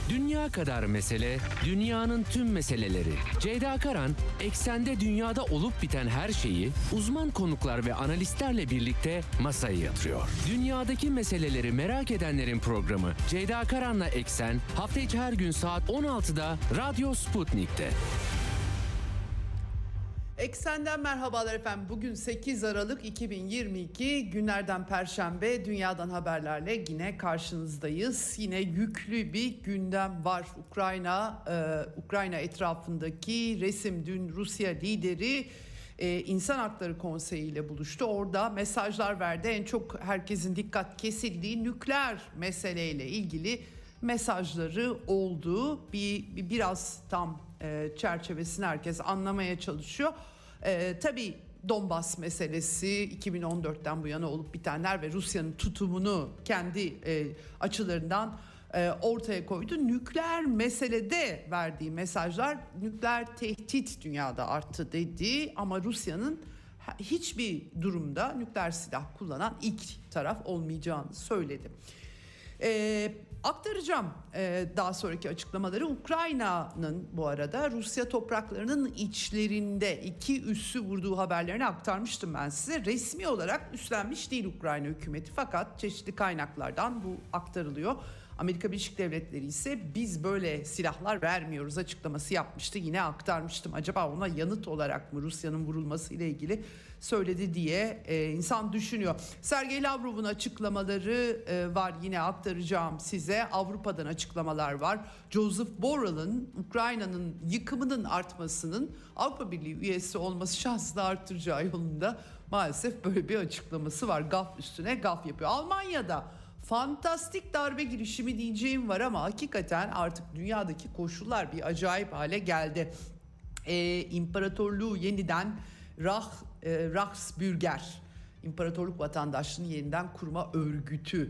Dünya kadar mesele, dünyanın tüm meseleleri. Ceyda Karan, eksende dünyada olup biten her şeyi uzman konuklar ve analistlerle birlikte masaya yatırıyor. Dünyadaki meseleleri merak edenlerin programı Ceyda Karan'la Eksen, hafta içi her gün saat 16'da Radyo Sputnik'te. Eksen'den merhabalar efendim. Bugün 8 Aralık 2022 günlerden Perşembe, dünyadan haberlerle yine karşınızdayız. Yine yüklü bir gündem var. Ukrayna etrafındaki resim, dün Rusya lideri İnsan Hakları Konseyi ile buluştu. Orada mesajlar verdi. En çok herkesin dikkat kesildiği nükleer meseleyle ilgili mesajları oldu. Biraz tam çerçevesini herkes anlamaya çalışıyor. Tabii Donbas meselesi, 2014'ten bu yana olup bitenler ve Rusya'nın tutumunu kendi açılarından ortaya koydu. Nükleer meselede verdiği mesajlar, nükleer tehdit dünyada arttı dedi ama Rusya'nın hiçbir durumda nükleer silah kullanan ilk taraf olmayacağını söyledi. Aktaracağım daha sonraki açıklamaları. Ukrayna'nın bu arada Rusya topraklarının içlerinde 2 üssü vurduğu haberlerini aktarmıştım ben size. Resmi olarak üstlenmiş değil Ukrayna hükümeti, fakat çeşitli kaynaklardan bu aktarılıyor. Amerika Birleşik Devletleri ise biz böyle silahlar vermiyoruz açıklaması yapmıştı. Yine aktarmıştım. Acaba ona yanıt olarak mı Rusya'nın vurulması ile ilgili söyledi diye insan düşünüyor. Sergey Lavrov'un açıklamaları var, yine aktaracağım size. Avrupa'dan açıklamalar var. Joseph Borrell'ın Ukrayna'nın yıkımının artmasının Avrupa Birliği üyesi olması şansını arttıracağı yolunda maalesef böyle bir açıklaması var. Gaf üstüne gaf yapıyor. Almanya'da fantastik darbe girişimi diyeceğim var ama hakikaten artık dünyadaki koşullar bir acayip hale geldi. İmparatorluğu yeniden Reichsbürger, İmparatorluk Vatandaşlığını yeniden kurma örgütü,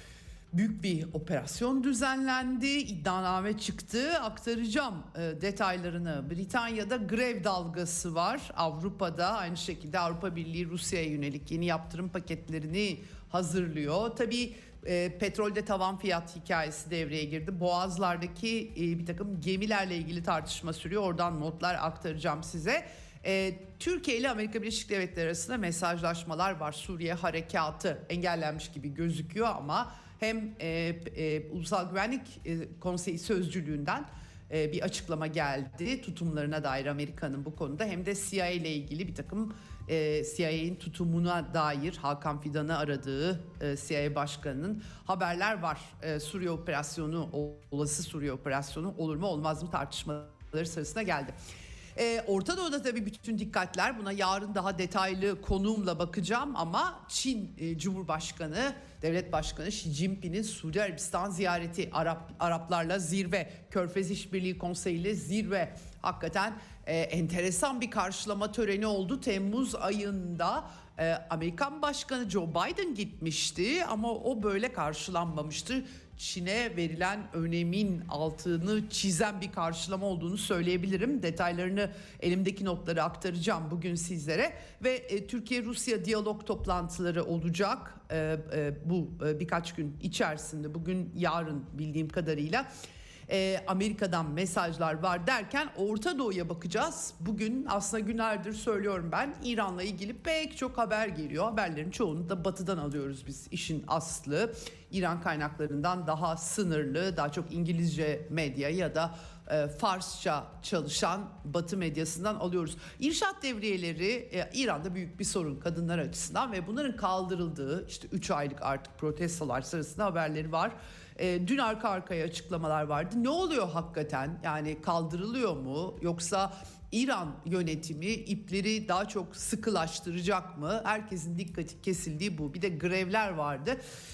büyük bir operasyon düzenlendi, iddianame çıktı. Aktaracağım detaylarını. Britanya'da grev dalgası var. Avrupa'da aynı şekilde Avrupa Birliği Rusya'ya yönelik yeni yaptırım paketlerini hazırlıyor. Tabii petrolde tavan fiyat hikayesi devreye girdi. Boğazlardaki bir takım gemilerle ilgili tartışma sürüyor. Oradan notlar aktaracağım size. Türkiye ile Amerika Birleşik Devletleri arasında mesajlaşmalar var. Suriye harekatı engellenmiş gibi gözüküyor ama hem Ulusal Güvenlik Konseyi Sözcülüğünden bir açıklama geldi tutumlarına dair Amerika'nın bu konuda, hem de CIA ile ilgili bir takım CIA'nin tutumuna dair Hakan Fidan'ı aradığı CIA Başkanı'nın haberler var. Suriye operasyonu, olası Suriye operasyonu olur mu olmaz mı tartışmaları sırasına geldi. Orta Doğu'da tabii bütün dikkatler buna, yarın daha detaylı konuğumla bakacağım ama Çin Cumhurbaşkanı, Devlet Başkanı Xi Jinping'in Suudi Arabistan ziyareti, Araplarla zirve, Körfez İşbirliği Konseyi ile zirve, hakikaten enteresan bir karşılama töreni oldu. Temmuz ayında Amerikan Başkanı Joe Biden gitmişti ama o böyle karşılanmamıştı. Çin'e verilen önemin altını çizen bir karşılama olduğunu söyleyebilirim. Detaylarını, elimdeki notları aktaracağım bugün sizlere. Ve Türkiye-Rusya diyalog toplantıları olacak bu birkaç gün içerisinde, bugün yarın bildiğim kadarıyla. Amerika'dan mesajlar var derken Orta Doğu'ya bakacağız. Bugün aslında günlerdir söylüyorum ben, İran'la ilgili pek çok haber geliyor. Haberlerin çoğunu da batıdan alıyoruz biz, işin aslı. İran kaynaklarından daha sınırlı, daha çok İngilizce medya ya da Farsça çalışan Batı medyasından alıyoruz. İrşad devriyeleri İran'da büyük bir sorun kadınlar açısından ve bunların kaldırıldığı, işte 3 aylık artık protestolar sırasında haberleri var. Dün arka arkaya açıklamalar vardı. Ne oluyor hakikaten? Yani kaldırılıyor mu? Yoksa İran yönetimi ipleri daha çok sıkılaştıracak mı? Herkesin dikkati kesildiği bu. Bir de grevler vardı.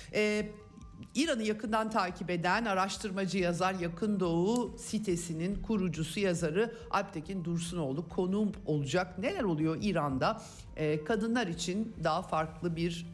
İran'ı yakından takip eden araştırmacı yazar, Yakın Doğu sitesinin kurucusu yazarı Alptekin Dursunoğlu konuğum olacak. Neler oluyor İran'da? Kadınlar için daha farklı bir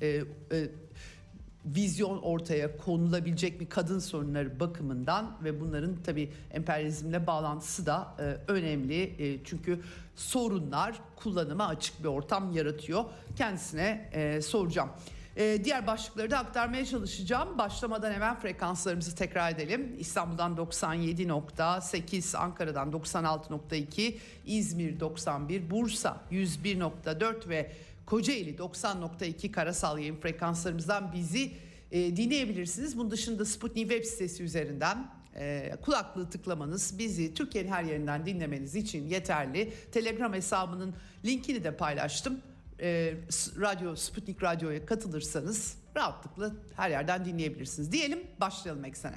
vizyon ortaya konulabilecek mi kadın sorunları bakımından ve bunların tabii emperyalizmle bağlantısı da önemli. Çünkü sorunlar kullanıma açık bir ortam yaratıyor. Kendisine soracağım. Diğer başlıkları da aktarmaya çalışacağım. Başlamadan hemen frekanslarımızı tekrar edelim. İstanbul'dan 97.8, Ankara'dan 96.2, İzmir 91, Bursa 101.4 ve Kocaeli 90.2 karasal yayın frekanslarımızdan bizi dinleyebilirsiniz. Bunun dışında Sputnik web sitesi üzerinden kulaklığı tıklamanız bizi Türkiye'nin her yerinden dinlemeniz için yeterli. Telegram hesabının linkini de paylaştım. Radyo Sputnik Radyo'ya katılırsanız rahatlıkla her yerden dinleyebilirsiniz. Diyelim, başlayalım Eksen'e.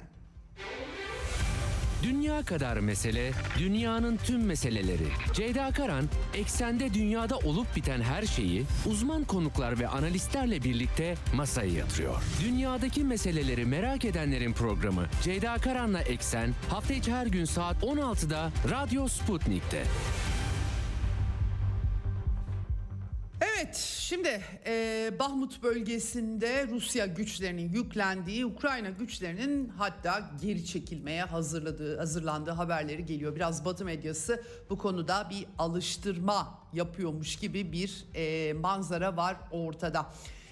Dünya kadar mesele, dünyanın tüm meseleleri. Ceyda Karan, Eksen'de dünyada olup biten her şeyi uzman konuklar ve analistlerle birlikte masaya yatırıyor. Dünyadaki meseleleri merak edenlerin programı Ceyda Karan'la Eksen, hafta içi her gün saat 16'da Radyo Sputnik'te. Evet, şimdi Bahmut bölgesinde Rusya güçlerinin yüklendiği, Ukrayna güçlerinin hatta geri çekilmeye hazırlandığı haberleri geliyor. Biraz Batı medyası bu konuda bir alıştırma yapıyormuş gibi bir manzara var ortada.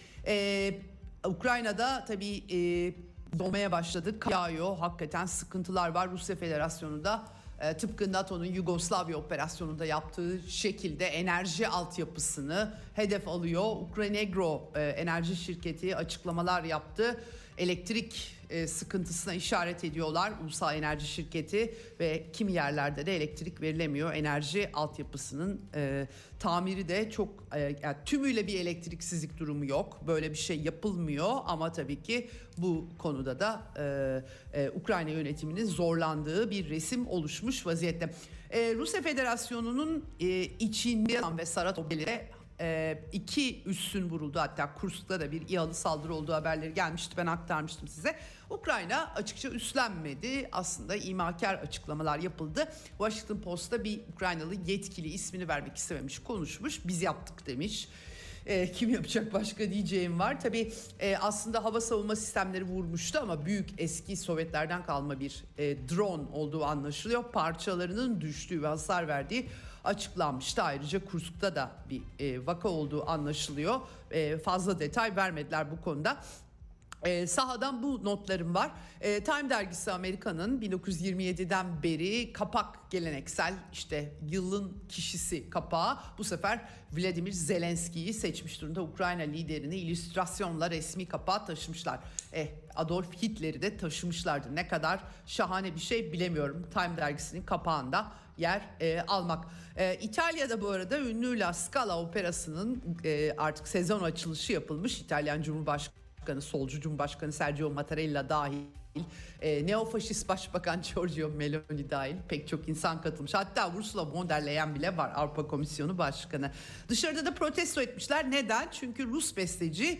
Ukrayna'da tabii dolmaya başladı, yağıyor, hakikaten sıkıntılar var. Rusya Federasyonu da tıpkı NATO'nun Yugoslavya operasyonunda yaptığı şekilde enerji altyapısını hedef alıyor. Ukrenegro enerji şirketi açıklamalar yaptı. Elektrik sıkıntısına işaret ediyorlar ulusal enerji şirketi ve kimi yerlerde de elektrik verilemiyor. Enerji altyapısının tamiri de çok yani tümüyle bir elektriksizlik durumu yok. Böyle bir şey yapılmıyor ama tabii ki bu konuda da Ukrayna yönetiminin zorlandığı bir resim oluşmuş vaziyette. Rusya Federasyonu'nun içinde ve Saratov'da 2 üssün vuruldu, hatta Kursk'ta da bir İHA'lı saldırı olduğu haberleri gelmişti, ben aktarmıştım size. Ukrayna açıkça üstlenmedi, aslında imakar açıklamalar yapıldı. Washington Post'ta bir Ukraynalı yetkili, ismini vermek istememiş, konuşmuş, biz yaptık demiş. Kim yapacak başka diyeceğim var. Tabii aslında hava savunma sistemleri vurmuştu ama büyük eski Sovyetlerden kalma bir drone olduğu anlaşılıyor. Parçalarının düştüğü ve hasar verdiği açıklanmıştı. Ayrıca Kursk'ta da bir vaka olduğu anlaşılıyor. Fazla detay vermediler bu konuda. Sahadan bu notlarım var. Time dergisi Amerika'nın 1927'den beri kapak geleneksel, işte yılın kişisi kapağı bu sefer Vladimir Zelenski'yi seçmiş durumda. Ukrayna liderini illüstrasyonla resmi kapağa taşımışlar. Adolf Hitler'i de taşımışlardı. Ne kadar şahane bir şey bilemiyorum. Time dergisinin kapağında yer almak. İtalya'da bu arada ünlü La Scala operasının artık sezon açılışı yapılmış. İtalyan Cumhurbaşkanı, solcu Cumhurbaşkanı Sergio Mattarella dahil, neofaşist Başbakan Giorgio Meloni dahil pek çok insan katılmış. Hatta Ursula von der Leyen bile var, Avrupa Komisyonu Başkanı. Dışarıda da protesto etmişler. Neden? Çünkü Rus besteci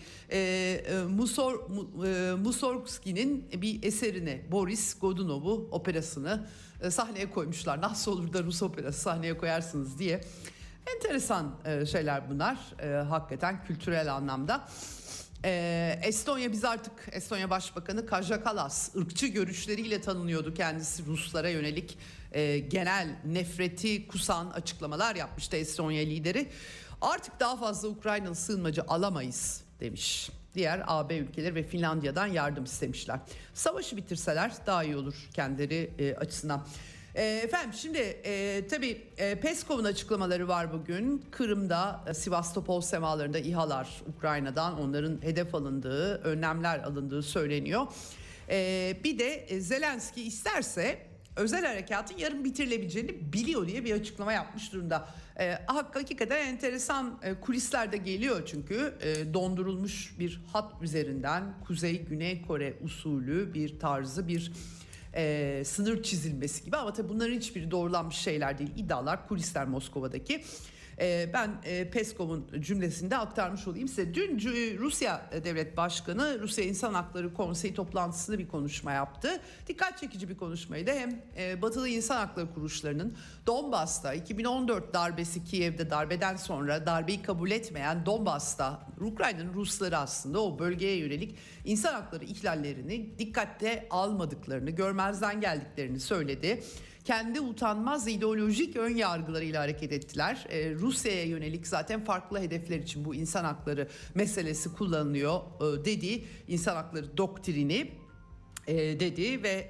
Mussorgsky'nin bir eserini, Boris Godunov'u operasını sahneye koymuşlar. Nasıl olur da Rus operası sahneye koyarsınız diye. Enteresan şeyler bunlar. Hakikaten kültürel anlamda. Estonya, biz artık Estonya Başbakanı Kaja Kallas ırkçı görüşleriyle tanınıyordu kendisi. Ruslara yönelik genel nefreti kusan açıklamalar yapmıştı Estonya lideri. Artık daha fazla Ukraynalı sığınmacı alamayız demiş. Diğer AB ülkeleri ve Finlandiya'dan yardım istemişler. Savaşı bitirseler daha iyi olur kendileri açısından. Efendim şimdi tabii Peskov'un açıklamaları var bugün. Kırım'da, Sivastopol semalarında İHA'lar Ukrayna'dan, onların hedef alındığı, önlemler alındığı söyleniyor. Bir de Zelenski isterse özel harekatın yarın bitirilebileceğini biliyor diye bir açıklama yapmış durumda. Hakikaten enteresan kulisler de geliyor çünkü dondurulmuş bir hat üzerinden Kuzey-Güney Kore usulü bir tarzı bir sınır çizilmesi gibi, ama tabii bunların hiçbiri doğrulanmış şeyler değil, iddialar, kulisler Moskova'daki. Ben Peskov'un cümlesinde aktarmış olayım size. Dün Rusya Devlet Başkanı Rusya İnsan Hakları Konseyi toplantısında bir konuşma yaptı. Dikkat çekici bir konuşmaydı. Hem Batılı İnsan Hakları kuruluşlarının Donbas'ta 2014 darbesi, Kiev'de darbeden sonra darbeyi kabul etmeyen Donbas'ta Ukrayna'nın Rusları aslında o bölgeye yönelik insan hakları ihlallerini dikkatle almadıklarını, görmezden geldiklerini söyledi. kendi utanmaz ideolojik ön yargılarıyla hareket ettiler. Rusya'ya yönelik zaten farklı hedefler için bu insan hakları meselesi kullanılıyor dediği insan hakları doktrini dedi ve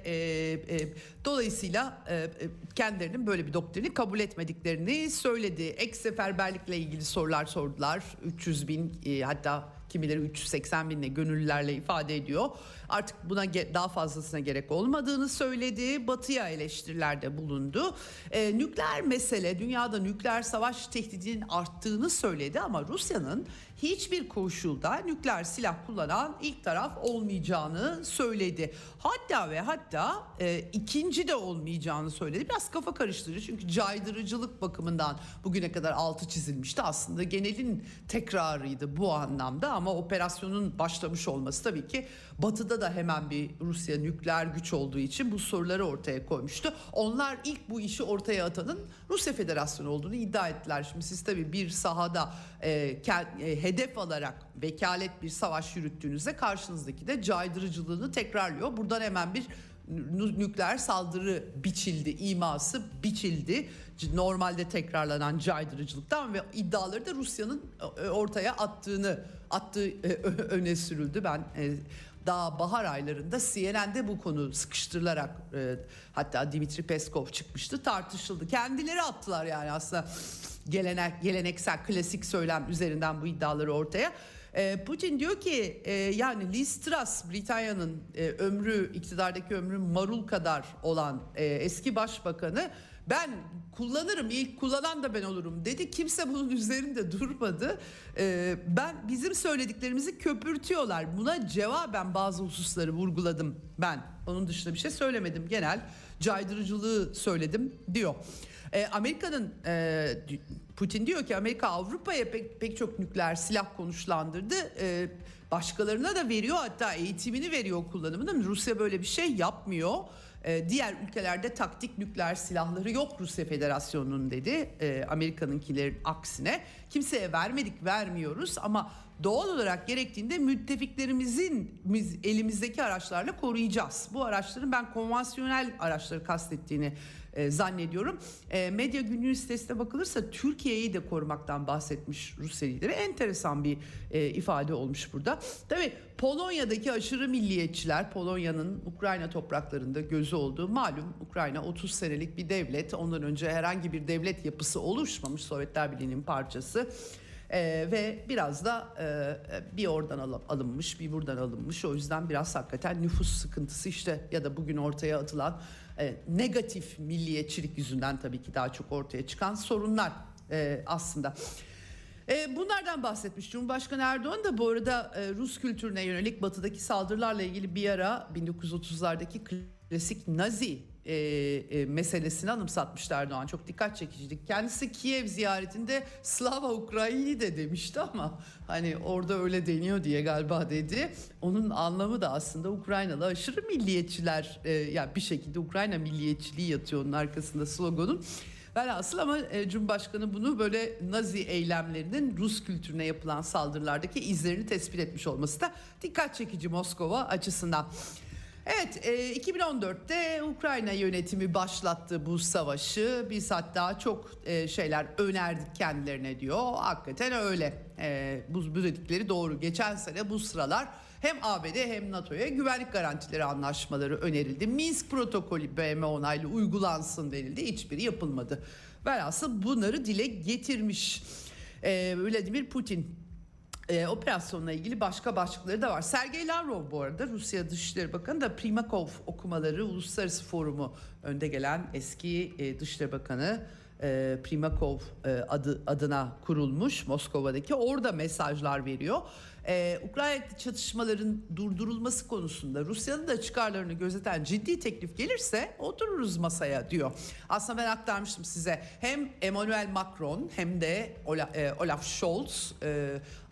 dolayısıyla kendilerinin böyle bir doktrini kabul etmediklerini söyledi. Ek seferberlikle ilgili sorular sordular. 300 bin hatta kimileri 380 binle gönüllülerle ifade ediyor. Artık buna daha fazlasına gerek olmadığını söyledi. Batı'ya eleştirilerde bulundu. Nükleer mesele, dünyada nükleer savaş tehdidinin arttığını söyledi ama Rusya'nın hiçbir koşulda nükleer silah kullanan ilk taraf olmayacağını söyledi. Hatta ikinci de olmayacağını söyledi. Biraz kafa karıştırıcı çünkü caydırıcılık bakımından bugüne kadar altı çizilmişti. Aslında genelin tekrarıydı bu anlamda ama operasyonun başlamış olması tabii ki Batı'da da hemen bir Rusya nükleer güç olduğu için bu soruları ortaya koymuştu. Onlar ilk bu işi ortaya atanın Rusya Federasyonu olduğunu iddia ettiler. Şimdi siz tabii bir sahada hedef alarak vekalet bir savaş yürüttüğünüzde karşınızdaki de caydırıcılığını tekrarlıyor. Buradan hemen bir nükleer saldırı biçildi, iması biçildi. Normalde tekrarlanan caydırıcılıktan ve iddiaları da Rusya'nın ortaya attığı öne sürüldü. Ben daha bahar aylarında CNN'de bu konu sıkıştırılarak hatta Dimitri Peskov çıkmıştı, tartışıldı. Kendileri attılar yani aslında geleneksel klasik söylem üzerinden bu iddiaları ortaya. Putin diyor ki yani Liz Truss, Britanya'nın iktidardaki ömrü marul kadar olan eski başbakanı, ben kullanırım, ilk kullanan da ben olurum dedi. Kimse bunun üzerinde durmadı. Bizim söylediklerimizi köpürtüyorlar. Buna cevaben bazı hususları vurguladım ben. Onun dışında bir şey söylemedim. Genel caydırıcılığı söyledim diyor. Putin diyor ki Amerika Avrupa'ya pek çok nükleer silah konuşlandırdı. Başkalarına da veriyor, hatta eğitimini veriyor, kullanımını. Rusya böyle bir şey yapmıyor. Diğer ülkelerde taktik nükleer silahları yok Rusya Federasyonu'nun dedi. Amerika'nınkilerin aksine kimseye vermiyoruz ama doğal olarak gerektiğinde müttefiklerimizin elimizdeki araçlarla koruyacağız. Bu araçların ben konvansiyonel araçları kastettiğini zannediyorum. Medya Günlüğü sitesine bakılırsa Türkiye'yi de korumaktan bahsetmiş Rusya lideri. Enteresan bir ifade olmuş burada. Tabii Polonya'daki aşırı milliyetçiler, Polonya'nın Ukrayna topraklarında gözü olduğu malum. Ukrayna 30 senelik bir devlet. Ondan önce herhangi bir devlet yapısı oluşmamış, Sovyetler Birliği'nin parçası. Ve biraz da bir oradan alınmış, bir buradan alınmış. O yüzden biraz hakikaten nüfus sıkıntısı işte ya da bugün ortaya atılan negatif milliyetçilik yüzünden tabii ki daha çok ortaya çıkan sorunlar aslında. Bunlardan bahsetmiş Cumhurbaşkanı Erdoğan da bu arada Rus kültürüne yönelik batıdaki saldırılarla ilgili bir ara 1930'lardaki klasik Nazi meselesini anımsatmıştı Erdoğan. Çok dikkat çekiciydi. Kendisi Kiev ziyaretinde Slava Ukraini de demişti ama hani orada öyle deniyor diye galiba dedi. Onun anlamı da aslında Ukraynalı aşırı milliyetçiler, yani bir şekilde Ukrayna milliyetçiliği yatıyor onun arkasında sloganın. Velhasıl ama Cumhurbaşkanı bunu böyle Nazi eylemlerinin Rus kültürüne yapılan saldırılardaki izlerini tespit etmiş olması da dikkat çekici Moskova açısından. Evet, 2014'te Ukrayna yönetimi başlattı bu savaşı. Biz hatta çok şeyler önerdik kendilerine diyor. Hakikaten öyle. Bu dedikleri doğru. Geçen sene bu sıralar hem ABD hem NATO'ya güvenlik garantileri anlaşmaları önerildi. Minsk protokolü BM onaylı uygulansın denildi. Hiçbiri yapılmadı. Velhasıl bunları dile getirmiş Vladimir Putin. Operasyonla ilgili başka başlıkları da var. Sergey Lavrov bu arada Rusya Dışişleri Bakanı da Primakov okumaları uluslararası forumu önde gelen eski Dışişleri Bakanı Primakov adına kurulmuş Moskova'daki, orada mesajlar veriyor. Ukrayna'daki çatışmaların durdurulması konusunda Rusya'nın da çıkarlarını gözeten ciddi teklif gelirse otururuz masaya diyor. Aslında ben aktarmıştım size, hem Emmanuel Macron hem de Olaf Scholz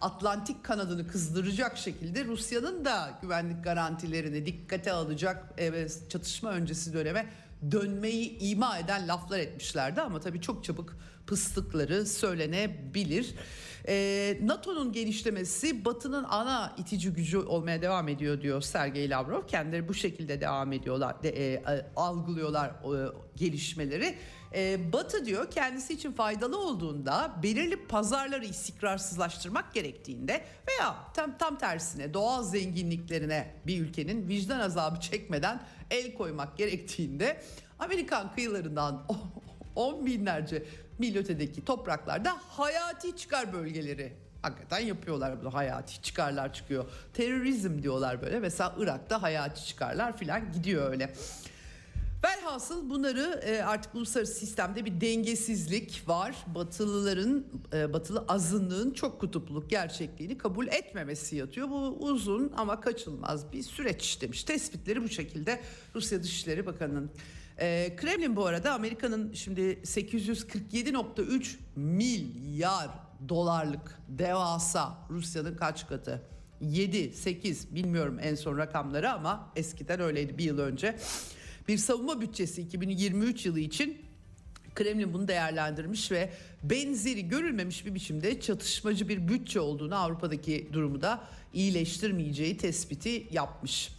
Atlantik kanadını kızdıracak şekilde Rusya'nın da güvenlik garantilerini dikkate alacak çatışma öncesi döneme dönmeyi ima eden laflar etmişlerdi ama tabii çok çabuk pıstıkları söylenebilir. NATO'nun genişlemesi Batı'nın ana itici gücü olmaya devam ediyor diyor Sergey Lavrov. Kendileri bu şekilde devam ediyorlar, algılıyorlar gelişmeleri. Batı diyor kendisi için faydalı olduğunda belirli pazarları istikrarsızlaştırmak gerektiğinde veya tam tersine doğal zenginliklerine bir ülkenin vicdan azabı çekmeden el koymak gerektiğinde Amerikan kıyılarından 10 binlerce mil ötedeki topraklarda hayati çıkar bölgeleri hakikaten yapıyorlar, bunu hayati çıkarlar çıkıyor. Terörizm diyorlar böyle, mesela Irak'ta hayati çıkarlar filan gidiyor öyle. Velhasıl bunları artık uluslararası sistemde bir dengesizlik var. Batılı azınlığın çok kutupluluk gerçekliğini kabul etmemesi yatıyor. Bu uzun ama kaçınılmaz bir süreç demiş. Tespitleri bu şekilde Rusya Dışişleri Bakanı'nın. Kremlin bu arada Amerika'nın şimdi 847,3 milyar dolarlık devasa, Rusya'nın kaç katı? 7, 8 bilmiyorum en son rakamları ama eskiden öyleydi bir yıl önce. Bir savunma bütçesi 2023 yılı için Kremlin bunu değerlendirmiş ve benzeri görülmemiş bir biçimde çatışmacı bir bütçe olduğunu, Avrupa'daki durumu da iyileştirmeyeceği tespiti yapmış.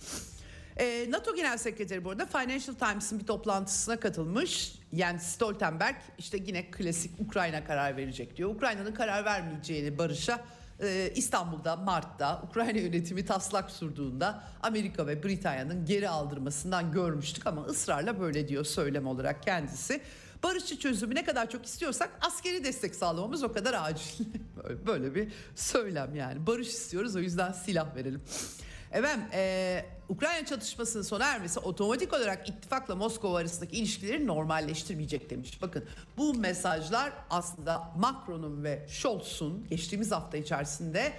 NATO Genel Sekreteri bu arada Financial Times'ın bir toplantısına katılmış. Jens Stoltenberg işte yine klasik Ukrayna karar verecek diyor. Ukrayna'nın karar vermeyeceğini barışa İstanbul'da Mart'ta Ukrayna yönetimi taslak sunduğunda Amerika ve Britanya'nın geri aldırmasından görmüştük ama ısrarla böyle diyor söylem olarak kendisi. Barışçı çözümü ne kadar çok istiyorsak askeri destek sağlamamız o kadar acil. Böyle bir söylem yani. Barış istiyoruz, o yüzden silah verelim. Efendim Ukrayna çatışmasının sona ermesi otomatik olarak ittifakla Moskova arasındaki ilişkileri normalleştirmeyecek demiş. Bakın bu mesajlar aslında Macron'un ve Scholz'un geçtiğimiz hafta içerisinde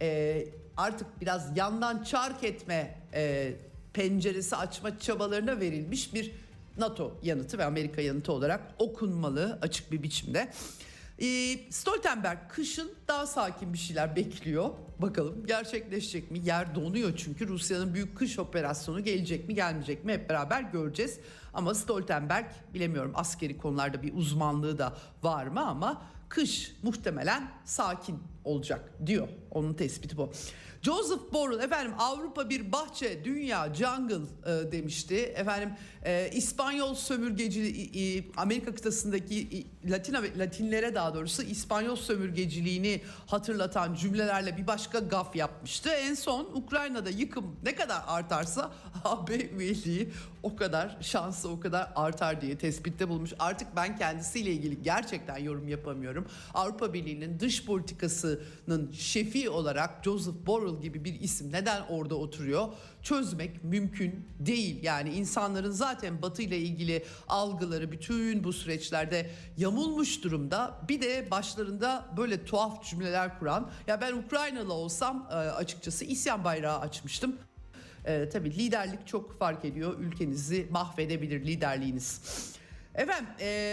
artık biraz yandan çark etme penceresi açma çabalarına verilmiş bir NATO yanıtı ve Amerika yanıtı olarak okunmalı açık bir biçimde. Stoltenberg kışın daha sakin bir şeyler bekliyor. Bakalım gerçekleşecek mi? Yer donuyor çünkü Rusya'nın büyük kış operasyonu gelecek mi gelmeyecek mi hep beraber göreceğiz. Ama Stoltenberg bilemiyorum askeri konularda bir uzmanlığı da var mı ama kış muhtemelen sakin olacak diyor. Onun tespiti bu. Joseph Borrell efendim Avrupa bir bahçe, dünya jungle demişti. Efendim İspanyol sömürgeciliği, Amerika kıtasındaki Latinlere daha doğrusu İspanyol sömürgeciliğini hatırlatan cümlelerle bir başka gaf yapmıştı. En son Ukrayna'da yıkım ne kadar artarsa AB üyeliği o kadar şansı o kadar artar diye tespitte bulmuş. Artık ben kendisiyle ilgili gerçekten yorum yapamıyorum. Avrupa Birliği'nin dış politikasının şefi olarak Joseph Borrell gibi bir isim neden orada oturuyor? Çözmek mümkün değil. Yani insanların zaten Batı ile ilgili algıları bütün bu süreçlerde yamulmuş durumda. Bir de başlarında böyle tuhaf cümleler kuran. Ya ben Ukraynalı olsam açıkçası isyan bayrağı açmıştım. Tabii liderlik çok fark ediyor. Ülkenizi mahvedebilir liderliğiniz. Efendim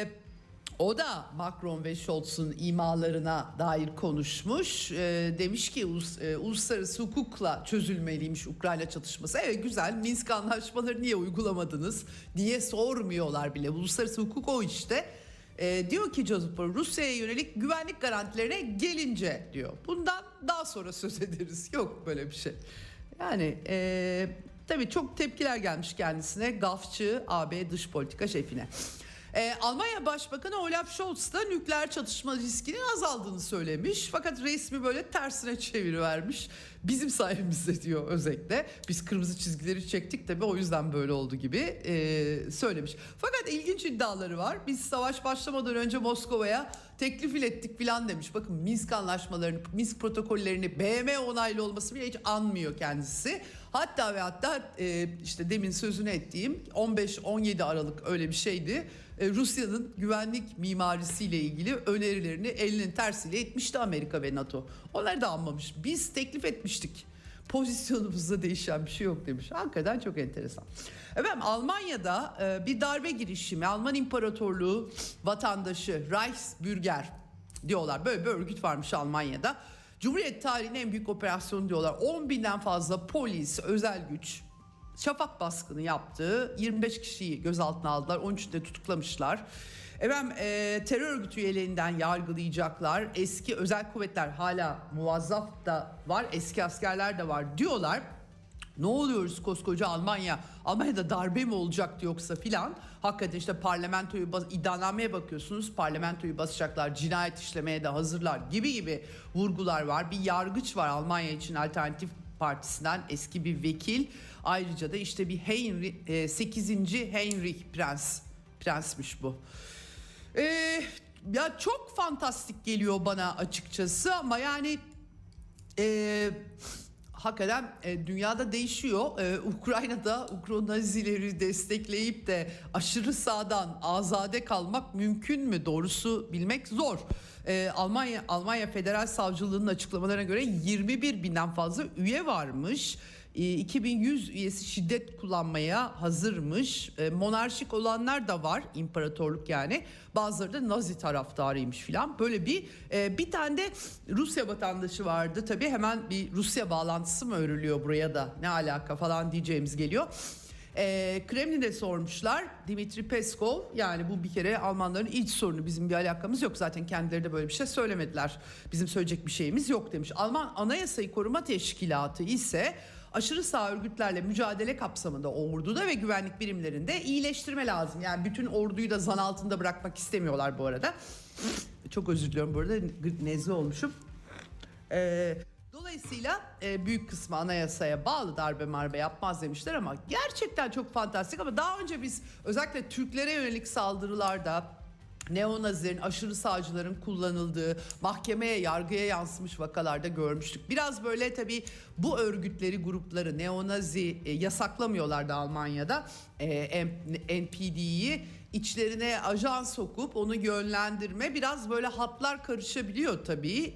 o da Macron ve Scholz'un imalarına dair konuşmuş. Demiş ki uluslararası hukukla çözülmeliymiş Ukrayna çatışması. Evet güzel, Minsk anlaşmaları niye uygulamadınız diye sormuyorlar bile. Uluslararası hukuk o işte. Diyor ki Joseph Borrell, Rusya'ya yönelik güvenlik garantilerine gelince diyor. Bundan daha sonra söz ederiz. Yok böyle bir şey. Yani tabii çok tepkiler gelmiş kendisine, gafçı AB dış politika şefine. Almanya Başbakanı Olaf Scholz da nükleer çatışma riskinin azaldığını söylemiş. Fakat resmi böyle tersine çevirivermiş. Bizim sayemizde diyor özellikle. Biz kırmızı çizgileri çektik tabii, o yüzden böyle oldu gibi söylemiş. Fakat ilginç iddiaları var. Biz savaş başlamadan önce Moskova'ya teklif ilettik filan demiş. Bakın Minsk anlaşmalarını, Minsk protokollerini BM onaylı olması bile hiç anmıyor kendisi. Hatta ve hatta işte demin sözünü ettiğim 15-17 Aralık öyle bir şeydi. Rusya'nın güvenlik mimarisiyle ilgili önerilerini elinin tersiyle etmişti Amerika ve NATO. Onları da anmamış. Biz teklif etmiştik. Pozisyonumuzda değişen bir şey yok demiş. Hakikaten çok enteresan. Efendim Almanya'da bir darbe girişimi, Alman İmparatorluğu vatandaşı Reichsbürger diyorlar. Böyle bir örgüt varmış Almanya'da. Cumhuriyet tarihinin en büyük operasyonu diyorlar. 10 binden fazla polis, özel güç şafak baskını yaptı. 25 kişiyi gözaltına aldılar. 13'ünü de tutuklamışlar. Efendim terör örgütü üyelerinden yargılayacaklar. Eski özel kuvvetler hala muvazzaf da var. Eski askerler de var diyorlar. Ne oluyoruz koskoca Almanya? Almanya'da darbe mi olacaktı yoksa filan? Hakikaten işte parlamentoyu iddianameye bakıyorsunuz. Parlamentoyu basacaklar, cinayet işlemeye de hazırlar gibi vurgular var. Bir yargıç var Almanya için Alternatif Partisi'nden eski bir vekil. Ayrıca da işte bir 8. Heinrich prensmiş bu. Ya çok fantastik geliyor bana açıkçası ama yani hakikaten dünyada değişiyor. Ukrayna'da Ukro-Nazileri destekleyip de aşırı sağdan azade kalmak mümkün mü? Doğrusu bilmek zor. Almanya Federal Savcılığı'nın açıklamalarına göre 21 binden fazla üye varmış. 2100 üyesi şiddet kullanmaya hazırmış. Monarşik olanlar da var, imparatorluk yani. Bazıları da Nazi taraftarıymış filan. Böyle bir tane de Rusya vatandaşı vardı. Tabii hemen bir Rusya bağlantısı mı örülüyor buraya da? Ne alaka falan diyeceğimiz geliyor. Kremlin'e sormuşlar. Dimitri Peskov, yani bu bir kere Almanların iç sorunu, bizim bir alakamız yok. Zaten kendileri de böyle bir şey söylemediler. Bizim söyleyecek bir şeyimiz yok demiş. Alman Anayasayı Koruma Teşkilatı ise aşırı sağ örgütlerle mücadele kapsamında orduda ve güvenlik birimlerinde iyileştirme lazım. Yani bütün orduyu da zan altında bırakmak istemiyorlar bu arada. Çok özür diliyorum bu arada, nezle olmuşum. Dolayısıyla büyük kısmı anayasaya bağlı, darbe marbe yapmaz demişler ama gerçekten çok fantastik. Ama daha önce biz özellikle Türklere yönelik saldırılarda neonazilerin, aşırı sağcıların kullanıldığı, mahkemeye, yargıya yansımış vakalarda görmüştük. Biraz böyle tabii bu örgütleri, grupları, neonazi yasaklamıyorlardı Almanya'da. NPD'yi içlerine ajan sokup onu yönlendirme, biraz böyle hatlar karışabiliyor tabii.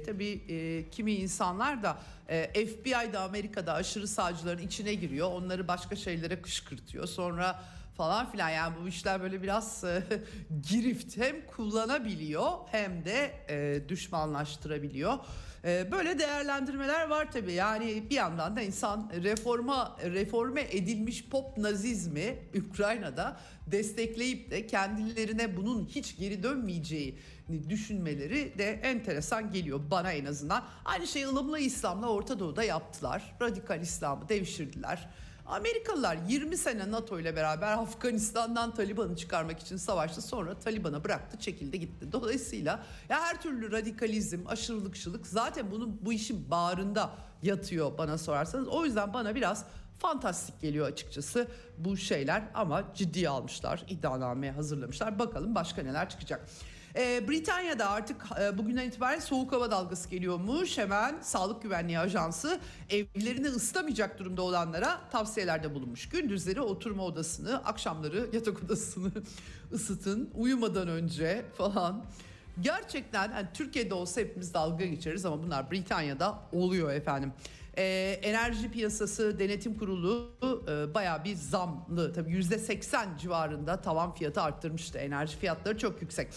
Kimi insanlar da FBI'da Amerika'da aşırı sağcıların içine giriyor. Onları başka şeylere kışkırtıyor. Sonra falan filan, yani bu işler böyle biraz girift, hem kullanabiliyor hem de düşmanlaştırabiliyor. Böyle değerlendirmeler var tabii. Yani bir yandan da insan reforme edilmiş pop nazizmi Ukrayna'da destekleyip de kendilerine bunun hiç geri dönmeyeceği düşünmeleri de enteresan geliyor bana en azından. Aynı şeyi ılımlı İslam'la Orta Doğu'da yaptılar. Radikal İslam'ı devşirdiler. Amerikalılar 20 sene NATO ile beraber Afganistan'dan Taliban'ı çıkarmak için savaştı. Sonra Taliban'a bıraktı, çekildi gitti. Dolayısıyla ya her türlü radikalizm, aşırılıkçılık zaten bu işin bağrında yatıyor bana sorarsanız. O yüzden bana biraz fantastik geliyor açıkçası bu şeyler, ama ciddiye almışlar, iddianame hazırlamışlar. Bakalım başka neler çıkacak. Britanya'da artık bugünden itibaren soğuk hava dalgası geliyormuş. Hemen Sağlık Güvenliği Ajansı evlerini ısıtamayacak durumda olanlara tavsiyelerde bulunmuş. Gündüzleri oturma odasını, akşamları yatak odasını ısıtın, uyumadan önce falan. Gerçekten yani Türkiye'de olsa hepimiz dalga geçeriz ama bunlar Britanya'da oluyor efendim. Enerji Piyasası Denetim Kurulu bayağı bir zamlı, tabii %80 civarında tavan fiyatı arttırmıştı. Enerji fiyatları çok yüksek.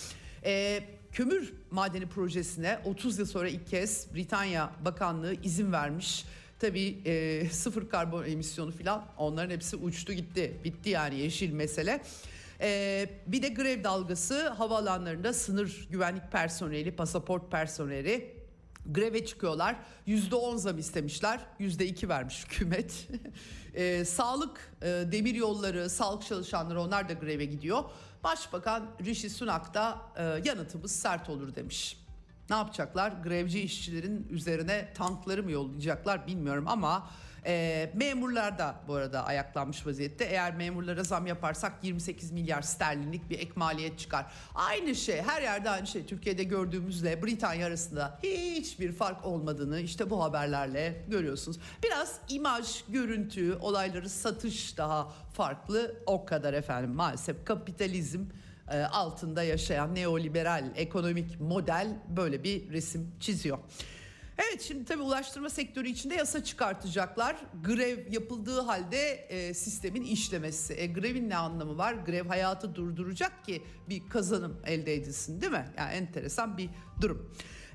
Kömür madeni projesine 30 yıl sonra ilk kez Britanya Bakanlığı izin vermiş. Tabii sıfır karbon emisyonu falan, onların hepsi uçtu gitti. Bitti yani yeşil mesele. Bir de grev dalgası, havaalanlarında sınır güvenlik personeli, pasaport personeli greve çıkıyorlar. %10 zam istemişler. %2 vermiş hükümet. Sağlık, demir yolları, sağlık çalışanları, onlar da greve gidiyor. Başbakan Rishi Sunak da yanıtımız sert olur demiş. Ne yapacaklar? Grevci işçilerin üzerine tankları mı yollayacaklar bilmiyorum ama memurlar da bu arada ayaklanmış vaziyette. Eğer memurlara zam yaparsak 28 milyar sterlinlik bir ek maliyet çıkar. Aynı şey, her yerde aynı şey. Türkiye'de gördüğümüzle Britanya arasında hiçbir fark olmadığını işte bu haberlerle görüyorsunuz. Biraz imaj, görüntü, olayları satış daha farklı, o kadar efendim. Maalesef kapitalizm altında yaşayan neoliberal ekonomik model böyle bir resim çiziyor. Evet, şimdi tabii ulaştırma sektörü içinde yasa çıkartacaklar. Grev yapıldığı halde sistemin işlemesi. Grevin ne anlamı var? Grev hayatı durduracak ki bir kazanım elde edilsin, değil mi? Yani enteresan bir durum.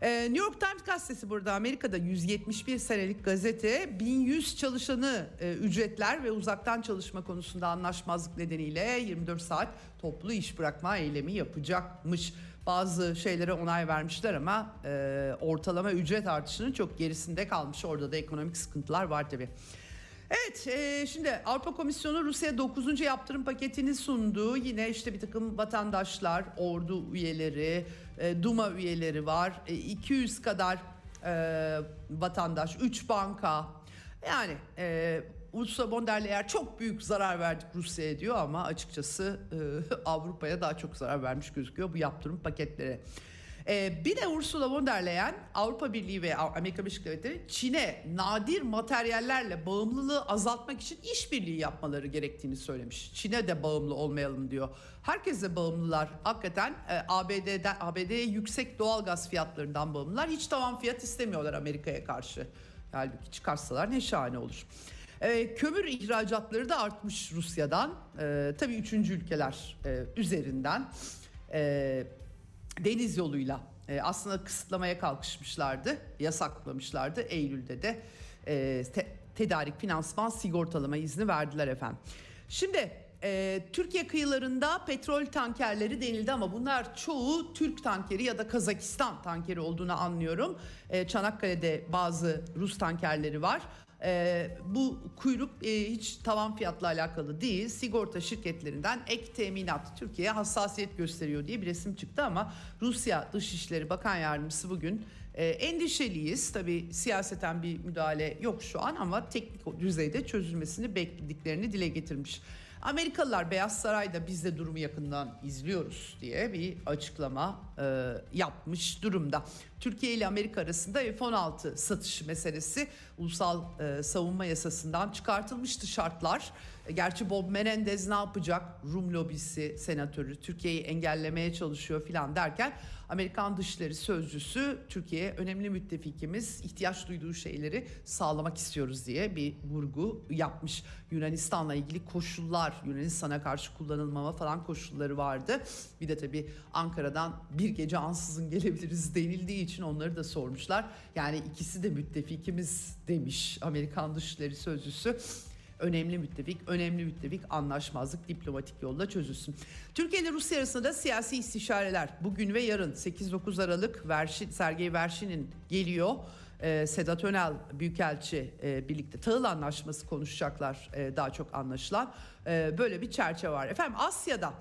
New York Times gazetesi burada Amerika'da 171 senelik gazete 1100 çalışanı ücretler ve uzaktan çalışma konusunda anlaşmazlık nedeniyle 24 saat toplu iş bırakma eylemi yapacakmış. Bazı şeylere onay vermişler ama ortalama ücret artışının çok gerisinde kalmış. Orada da ekonomik sıkıntılar var tabii. Evet, şimdi Avrupa Komisyonu Rusya 9. yaptırım paketini sundu. Yine işte bir takım vatandaşlar, ordu üyeleri, Duma üyeleri var. 200 kadar vatandaş, 3 banka. Yani Ursula von der Leyen çok büyük zarar verdik Rusya'ya diyor ama açıkçası Avrupa'ya daha çok zarar vermiş gözüküyor bu yaptırım paketleri. Bir de Ursula von der Leyen Avrupa Birliği ve Amerika Birleşik Devletleri Çin'e nadir materyallerle bağımlılığı azaltmak için işbirliği yapmaları gerektiğini söylemiş. Çin'e de bağımlı olmayalım diyor. Herkese bağımlılar. Hakikaten ABD'ye yüksek doğalgaz fiyatlarından bağımlılar. Hiç tavan fiyat istemiyorlar Amerika'ya karşı. Halbuki çıkarsalar ne şahane olur. Kömür ihracatları da artmış Rusya'dan. Tabii 3. ülkeler üzerinden. Deniz yoluyla aslında kısıtlamaya kalkışmışlardı, yasaklamışlardı. Eylül'de de tedarik, finansman, sigortalama izni verdiler efendim. Şimdi Türkiye kıyılarında petrol tankerleri denildi ama bunlar çoğu Türk tankeri ya da Kazakistan tankeri olduğunu anlıyorum. Çanakkale'de bazı Rus tankerleri var. Bu kuyruk hiç tavan fiyatla alakalı değil. Sigorta şirketlerinden ek teminat Türkiye'ye hassasiyet gösteriyor diye bir resim çıktı ama Rusya Dışişleri Bakan Yardımcısı bugün endişeliyiz. Tabii siyaseten bir müdahale yok şu an ama teknik düzeyde çözülmesini beklediklerini dile getirmiş. Amerikalılar Beyaz Saray'da biz de durumu yakından izliyoruz diye bir açıklama yapmış durumda. Türkiye ile Amerika arasında F-16 satışı meselesi ulusal savunma yasasından çıkartılmıştı şartlar. Gerçi Bob Menendez ne yapacak? Rum lobisi senatörü Türkiye'yi engellemeye çalışıyor filan derken Amerikan Dışişleri Sözcüsü Türkiye'ye önemli müttefikimiz, ihtiyaç duyduğu şeyleri sağlamak istiyoruz diye bir vurgu yapmış. Yunanistan'la ilgili koşullar, Yunanistan'a karşı kullanılmama falan koşulları vardı. Bir de tabii Ankara'dan bir gece ansızın gelebiliriz denildiği için onları da sormuşlar. Yani ikisi de müttefikimiz demiş Amerikan Dışişleri Sözcüsü. Önemli müttefik anlaşmazlık diplomatik yolla çözülsün. Türkiye ile Rusya arasında siyasi istişareler bugün ve yarın 8-9 Aralık Sergey Verşin'in geliyor. Sedat Önal Büyükelçi birlikte tahıl anlaşması konuşacaklar daha çok anlaşılan. Böyle bir çerçeve var. Efendim Asya'da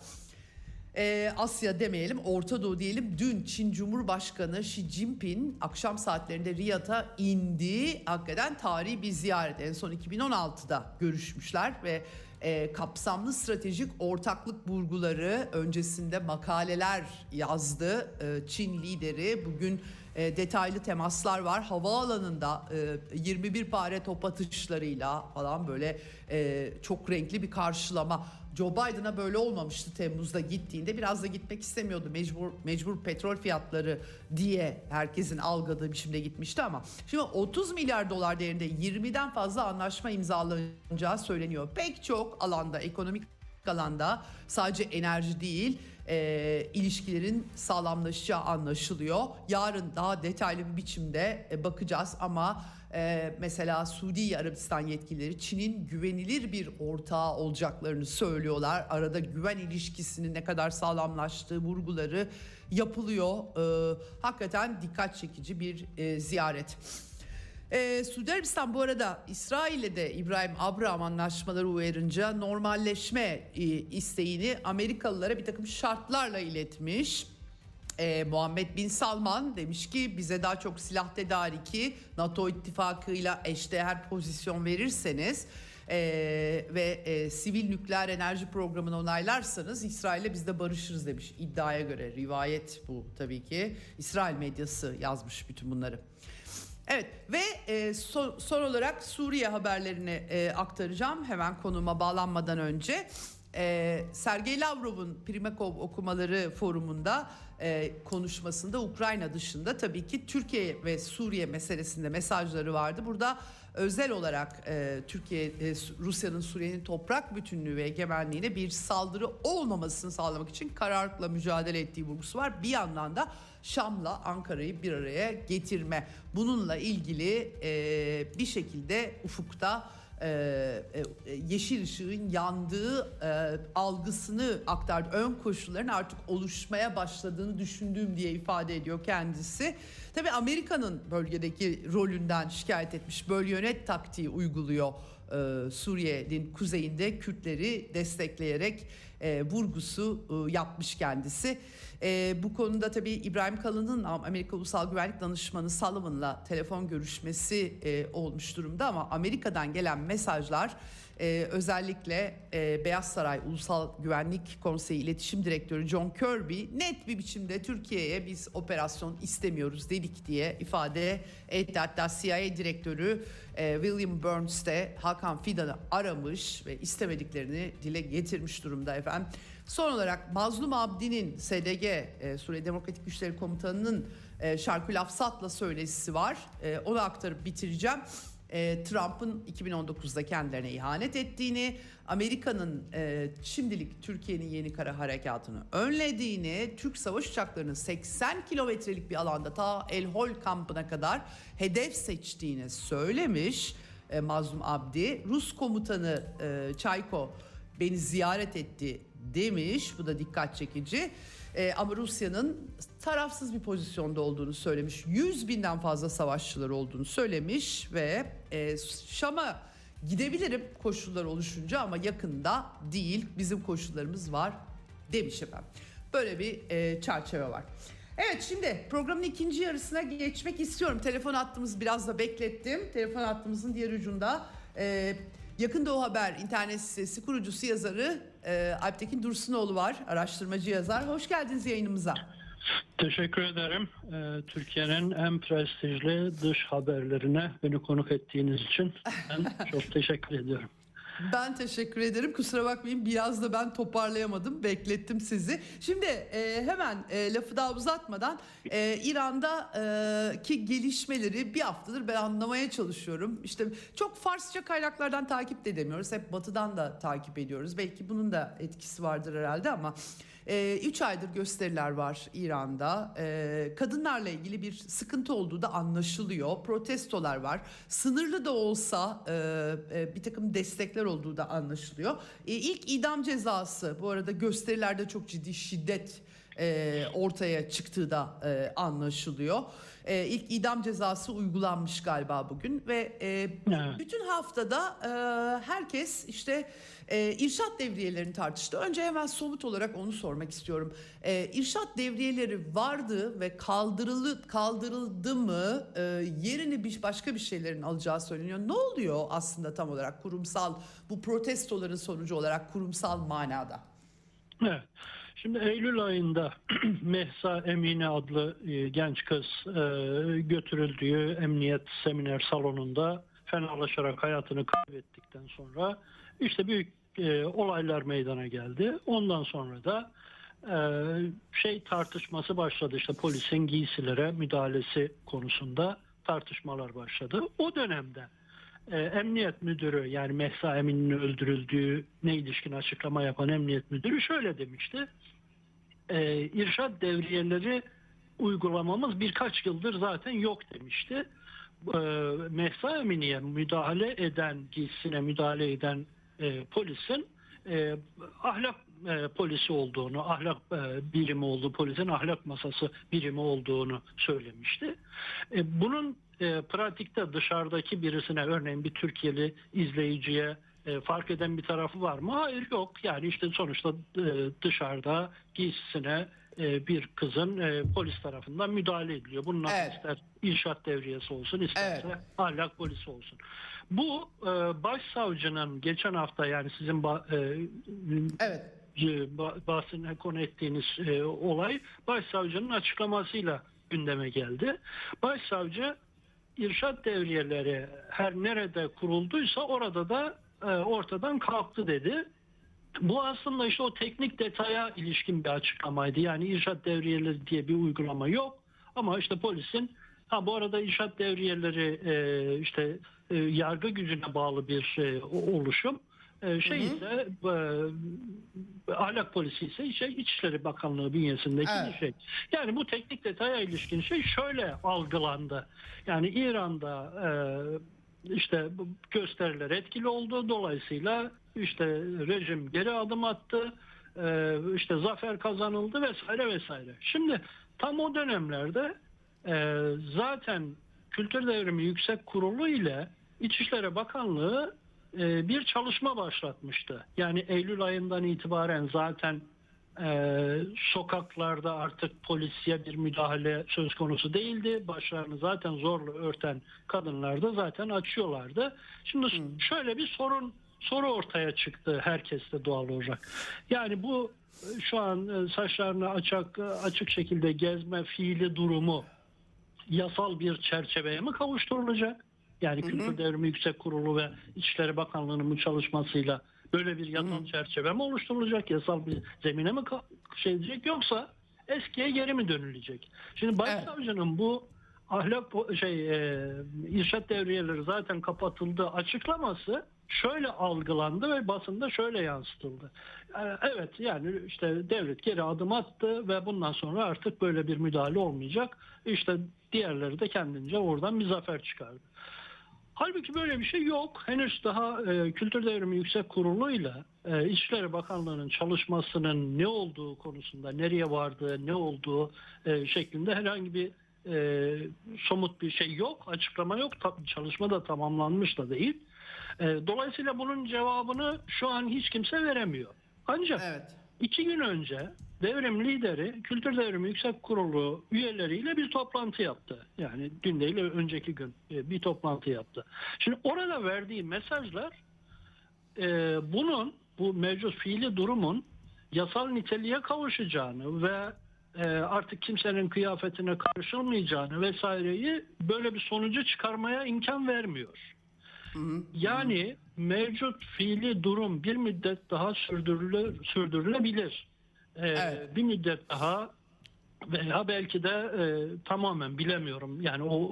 Asya demeyelim, Orta Doğu diyelim. Dün Çin Cumhurbaşkanı Xi Jinping akşam saatlerinde Riyad'a indi. Hakikaten tarihi bir ziyaret. En son 2016'da görüşmüşler ve kapsamlı stratejik ortaklık vurguları öncesinde makaleler yazdı. Çin lideri bugün detaylı temaslar var. Havaalanında 21 pare top atışlarıyla falan böyle çok renkli bir karşılama. Joe Biden'a böyle olmamıştı Temmuz'da gittiğinde. Biraz da gitmek istemiyordu. Mecbur petrol fiyatları diye herkesin algıladığı biçimde gitmişti ama şimdi 30 milyar dolar değerinde 20'den fazla anlaşma imzalanacağı söyleniyor. Pek çok alanda, ekonomik alanda, sadece enerji değil, ilişkilerin sağlamlaşacağı anlaşılıyor. Yarın daha detaylı bir biçimde bakacağız ama mesela Suudi Arabistan yetkilileri Çin'in güvenilir bir ortağı olacaklarını söylüyorlar. Arada güven ilişkisinin ne kadar sağlamlaştığı vurguları yapılıyor. Hakikaten dikkat çekici bir ziyaret. Suudi Arabistan bu arada İsrail'le de İbrahim Abraham anlaşmaları uyarınca normalleşme isteğini Amerikalılara bir takım şartlarla iletmiş. Muhammed Bin Salman demiş ki bize daha çok silah tedariki, NATO ittifakıyla eşdeğer pozisyon verirseniz ve sivil nükleer enerji programını onaylarsanız İsrail'le biz de barışırız demiş. İddiaya göre, rivayet bu tabii ki. İsrail medyası yazmış bütün bunları. Evet ve son olarak Suriye haberlerini aktaracağım hemen konuma bağlanmadan önce. Sergey Lavrov'un Primakov Okumaları Forumu'nda konuşmasında Ukrayna dışında tabii ki Türkiye ve Suriye meselesinde mesajları vardı. Burada özel olarak Rusya'nın Suriye'nin toprak bütünlüğü ve egemenliğine bir saldırı olmamasını sağlamak için kararlılıkla mücadele ettiği vurgusu var. Bir yandan da Şam'la Ankara'yı bir araya getirme. Bununla ilgili bir şekilde ufukta yeşil ışığın yandığı algısını aktardı. Ön koşulların artık oluşmaya başladığını düşündüğüm diye ifade ediyor kendisi. Tabii Amerika'nın bölgedeki rolünden şikayet etmiş. Böl yönet taktiği uyguluyor. Suriye'nin kuzeyinde Kürtleri destekleyerek vurgusu yapmış kendisi. Bu konuda tabii İbrahim Kalın'ın Amerika Ulusal Güvenlik Danışmanı Sullivan'la telefon görüşmesi olmuş durumda ama Amerika'dan gelen mesajlar özellikle Beyaz Saray Ulusal Güvenlik Konseyi İletişim Direktörü John Kirby net bir biçimde Türkiye'ye biz operasyon istemiyoruz dedik diye ifade etti. Hatta CIA Direktörü William Burns de Hakan Fidan'ı aramış ve istemediklerini dile getirmiş durumda efendim. Son olarak Mazlum Abdi'nin SDG Suriye Demokratik Güçleri Komutanı'nın Şarkül Afsat'la söyleşisi var. Onu aktarıp bitireceğim. Trump'ın 2019'da kendilerine ihanet ettiğini, Amerika'nın şimdilik Türkiye'nin Yeni Kara Harekatı'nı önlediğini, Türk savaş uçaklarının 80 kilometrelik bir alanda ta El Hol kampına kadar hedef seçtiğini söylemiş Mazlum Abdi. Rus komutanı Çayko beni ziyaret etti demiş. Bu da dikkat çekici. Ama Rusya'nın tarafsız bir pozisyonda olduğunu söylemiş. 100 binden fazla savaşçıları olduğunu söylemiş ve Şam'a gidebilirim koşullar oluşunca ama yakında değil, bizim koşullarımız var demiş efendim. Böyle bir çerçeve var. Evet, şimdi programın ikinci yarısına geçmek istiyorum. Telefon hattımızı biraz da beklettim. Telefon hattımızın diğer ucunda Yakın Doğu Haber internet sitesi kurucusu yazarı Alptekin Dursunoğlu var, araştırmacı yazar. Hoş geldiniz yayınımıza. Teşekkür ederim. Türkiye'nin en prestijli dış haberlerine beni konuk ettiğiniz için ben çok teşekkür ediyorum. Ben teşekkür ederim. Kusura bakmayın, biraz da ben toparlayamadım. Beklettim sizi. Şimdi hemen lafı daha uzatmadan İran'daki gelişmeleri bir haftadır ben anlamaya çalışıyorum. İşte çok Farsça kaynaklardan takip de edemiyoruz. Hep Batı'dan da takip ediyoruz. Belki bunun da etkisi vardır herhalde ama 3 aydır gösteriler var İran'da. Kadınlarla ilgili bir sıkıntı olduğu da anlaşılıyor. Protestolar var. Sınırlı da olsa bir takım destekler olduğu da anlaşılıyor. İlk idam cezası, bu arada gösterilerde çok ciddi şiddet ortaya çıktığı da anlaşılıyor. İlk idam cezası uygulanmış galiba bugün ve bütün haftada herkes işte irşad devriyelerini tartıştı. Önce hemen somut olarak onu sormak istiyorum. İrşad devriyeleri vardı ve kaldırıldı mı? Yerini başka bir şeylerin alacağı söyleniyor. Ne oluyor aslında tam olarak kurumsal, bu protestoların sonucu olarak kurumsal manada? Evet. Şimdi Eylül ayında Mehsa Emine adlı genç kız götürüldüğü emniyet seminer salonunda fenalaşarak hayatını kaybettikten sonra işte büyük olaylar meydana geldi. Ondan sonra da tartışması başladı. İşte polisin giysilere müdahalesi konusunda tartışmalar başladı. O dönemde emniyet müdürü, yani Mehsa Emin'in öldürüldüğüne ilişkin açıklama yapan emniyet müdürü şöyle demişti. İrşad devriyeleri uygulamamız birkaç yıldır zaten yok demişti. Mehsa Emini'ye giysisine müdahale eden polisin ahlak polisi olduğunu, ahlak birimi olduğu, polisin ahlak masası birimi olduğunu söylemişti. Bunun pratikte dışarıdaki birisine, örneğin bir Türkiye'li izleyiciye fark eden bir tarafı var mı? Hayır, yok. Yani işte sonuçta dışarıda giysisine bir kızın polis tarafından müdahale ediliyor. Bunun adı ister irşad devriyesi olsun, isterse ahlak polisi olsun. Bu başsavcının geçen hafta, yani sizin bahsine konu ettiğiniz olay başsavcının açıklamasıyla gündeme geldi. Başsavcı irşad devriyeleri her nerede kurulduysa orada da ortadan kalktı dedi. Bu aslında işte o teknik detaya ilişkin bir açıklamaydı. Yani irşad devriyeleri diye bir uygulama yok. Ama işte polisin bu arada irşad devriyeleri yargı gücüne bağlı bir oluşum. Ise ahlak polisi ise İçişleri Bakanlığı bünyesindeki bir şey. Yani bu teknik detaya ilişkin şey şöyle algılandı. Yani İran'da işte gösteriler etkili oldu. Dolayısıyla işte rejim geri adım attı. İşte zafer kazanıldı vesaire vesaire. Şimdi tam o dönemlerde zaten Kültür Devrimi Yüksek Kurulu ile İçişleri Bakanlığı bir çalışma başlatmıştı. Yani Eylül ayından itibaren zaten sokaklarda artık polisiye bir müdahale söz konusu değildi. Başlarını zaten zorla örten kadınlar da zaten açıyorlardı. Şimdi şöyle bir soru ortaya çıktı herkeste doğal olarak. Yani bu şu an saçlarını açık şekilde gezme fiili durumu yasal bir çerçeveye mi kavuşturulacak? Yani Kültür Devrimi Yüksek Kurulu ve İçişleri Bakanlığı'nın bu çalışmasıyla böyle bir yasal çerçeve mi oluşturulacak? Yasal bir zemine mi edecek, yoksa eskiye geri mi dönülecek? Şimdi Başsavcının bu irşad devriyeleri zaten kapatıldı açıklaması şöyle algılandı ve basında şöyle yansıtıldı. Evet, yani işte devlet geri adım attı ve bundan sonra artık böyle bir müdahale olmayacak. İşte diğerleri de kendince oradan bir zafer çıkardı. Halbuki böyle bir şey yok. Henüz daha Kültür Devrimi Yüksek Kurulu'yla İçişleri Bakanlığı'nın çalışmasının ne olduğu konusunda, nereye vardığı, ne olduğu şeklinde herhangi bir somut bir şey yok, açıklama yok. Çalışma da tamamlanmış da değil. Dolayısıyla bunun cevabını şu an hiç kimse veremiyor. Ancak 2 gün önce devrim lideri Kültür Devrimi Yüksek Kurulu üyeleriyle bir toplantı yaptı. Yani dün değil, önceki gün bir toplantı yaptı. Şimdi orada verdiği mesajlar bu mevcut fiili durumun yasal niteliğe kavuşacağını ve artık kimsenin kıyafetine karışılmayacağını vesaireyi böyle bir sonucu çıkarmaya imkan vermiyor. Yani mevcut fiili durum bir müddet daha sürdürülebilir. Bir müddet daha veya belki de tamamen bilemiyorum. Yani o